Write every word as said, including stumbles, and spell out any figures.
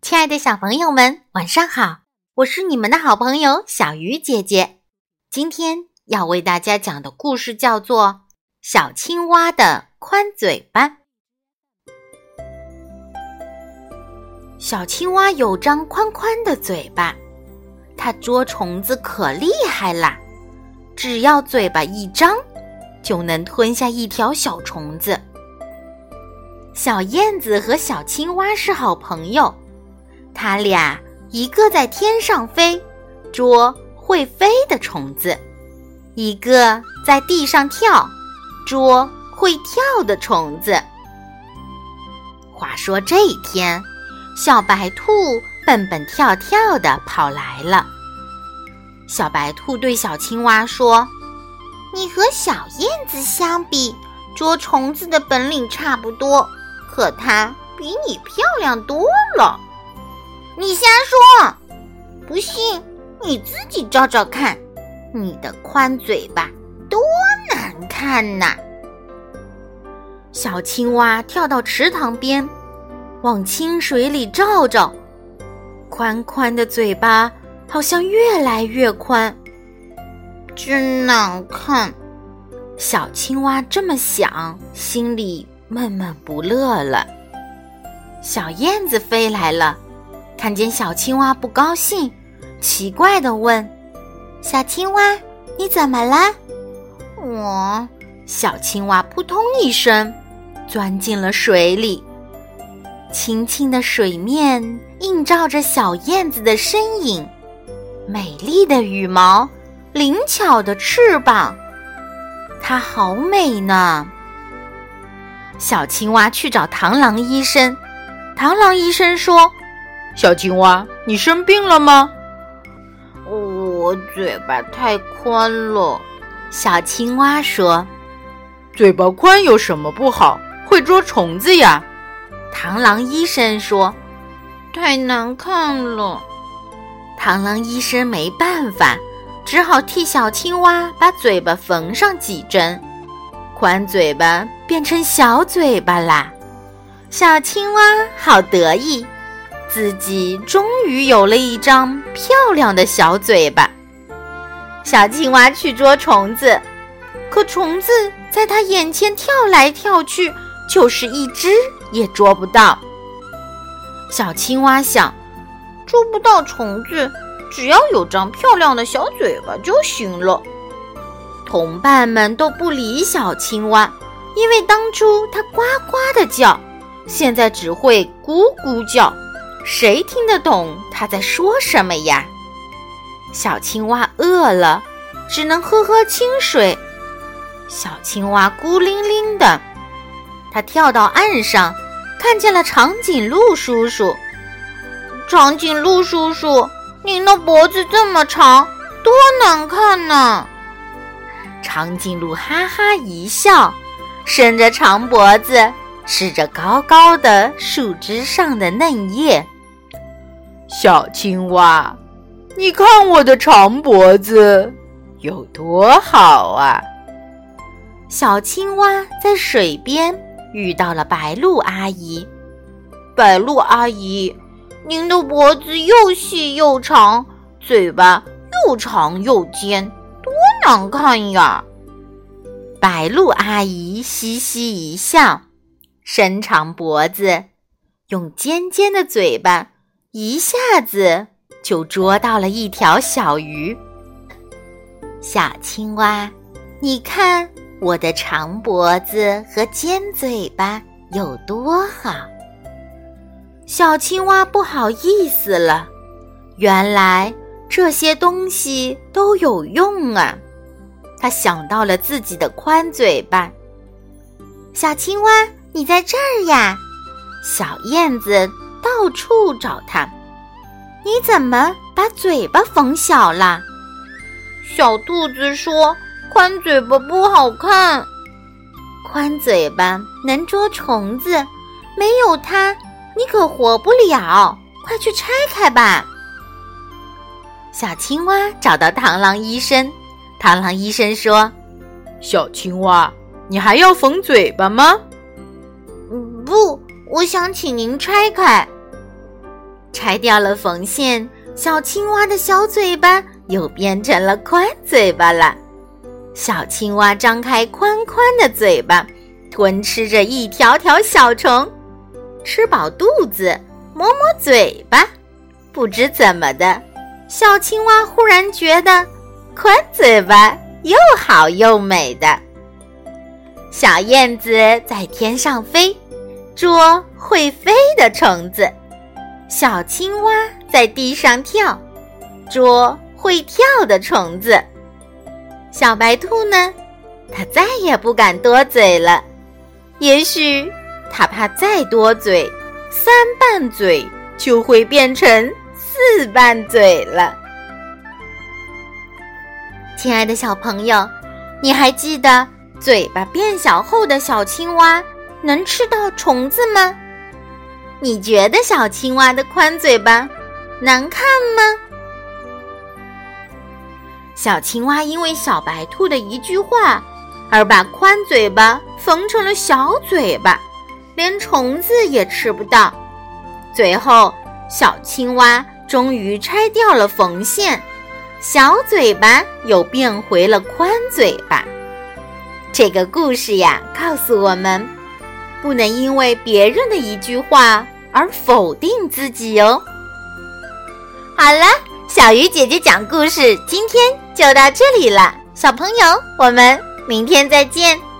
亲爱的小朋友们，晚上好！我是你们的好朋友小鱼姐姐。今天要为大家讲的故事叫做《小青蛙的宽嘴巴》。小青蛙有张宽宽的嘴巴，它捉虫子可厉害啦！只要嘴巴一张，就能吞下一条小虫子。小燕子和小青蛙是好朋友，它俩一个在天上飞，捉会飞的虫子，一个在地上跳，捉会跳的虫子。话说这一天，小白兔蹦蹦跳跳地跑来了。小白兔对小青蛙说：“你和小燕子相比，捉虫子的本领差不多，可它比你漂亮多了。”你瞎说！不信你自己找找看，你的宽嘴巴多难看呐！小青蛙跳到池塘边，往清水里照照，宽宽的嘴巴好像越来越宽，真难看。小青蛙这么想，心里闷闷不乐了。小燕子飞来了，看见小青蛙不高兴，奇怪地问：“小青蛙，你怎么了？”我……小青蛙扑通一声钻进了水里，清清的水面映照着小燕子的身影，美丽的羽毛，灵巧的翅膀，它好美呢。小青蛙去找螳螂医生，螳螂医生说：“ 小青蛙，你生病了吗？” 我嘴巴太宽了。小青蛙说：“ 嘴巴宽有什么不好？会捉虫子呀。” 螳螂医生说：“太难看了。”螳螂医生没办法，只好替小青蛙把嘴巴缝上几针，宽嘴巴变成小嘴巴啦。小青蛙好得意，自己终于有了一张漂亮的小嘴巴。小青蛙去捉虫子，可虫子在它眼前跳来跳去，就是一只也捉不到。小青蛙想，捉不到虫子，只要有张漂亮的小嘴巴就行了。同伴们都不理小青蛙，因为当初它呱呱地叫，现在只会咕咕叫，谁听得懂它在说什么呀？小青蛙饿了，只能喝喝清水。小青蛙孤零零的，它跳到岸上，看见了长颈鹿叔叔。长颈鹿叔叔，您的脖子这么长，多难看呢！长颈鹿哈哈一笑，伸着长脖子，吃着高高的树枝上的嫩叶。 小青蛙，你看我的长脖子有多好啊！ 小青蛙在水边遇到了白鹭阿姨。白鹭阿姨，您的脖子又细又长，嘴巴又长又尖，多难看呀！白鹭阿姨嘻嘻一笑，伸长脖子，用尖尖的嘴巴一下子就捉到了一条小鱼。小青蛙，你看我的长脖子和尖嘴巴有多好。小青蛙不好意思了，原来这些东西都有用啊。它想到了自己的宽嘴巴。小青蛙，你在这儿呀？小燕子到处找它。你怎么把嘴巴缝小了？小兔子说，宽嘴巴不好看。宽嘴巴能捉虫子，没有它你可活不了，快去拆开吧。小青蛙找到螳螂医生，螳螂医生说：“ 小青蛙，你还要缝嘴巴吗？” 不，我想请您拆开。 拆掉了缝线，小青蛙的小嘴巴又变成了宽嘴巴了。小青蛙张开宽宽的嘴巴，吞吃着一条条小虫，吃饱肚子，摸摸嘴巴。不知怎么的，小青蛙忽然觉得宽嘴巴又好又美的。小燕子在天上飞，捉会飞的虫子；小青蛙在地上跳，捉会跳的虫子。小白兔呢，它再也不敢多嘴了，也许它怕再多嘴，三瓣嘴就会变成四瓣嘴了。亲爱的小朋友，你还记得嘴巴变小后的小青蛙能吃到虫子吗？你觉得小青蛙的宽嘴巴难看吗？小青蛙因为小白兔的一句话而把宽嘴巴缝成了小嘴巴，连虫子也吃不到。最后，小青蛙终于拆掉了缝线，小嘴巴又变回了宽嘴巴。这个故事呀，告诉我们，不能因为别人的一句话而否定自己哦。好了，小鱼姐姐讲故事今天就到这里了，小朋友，我们明天再见。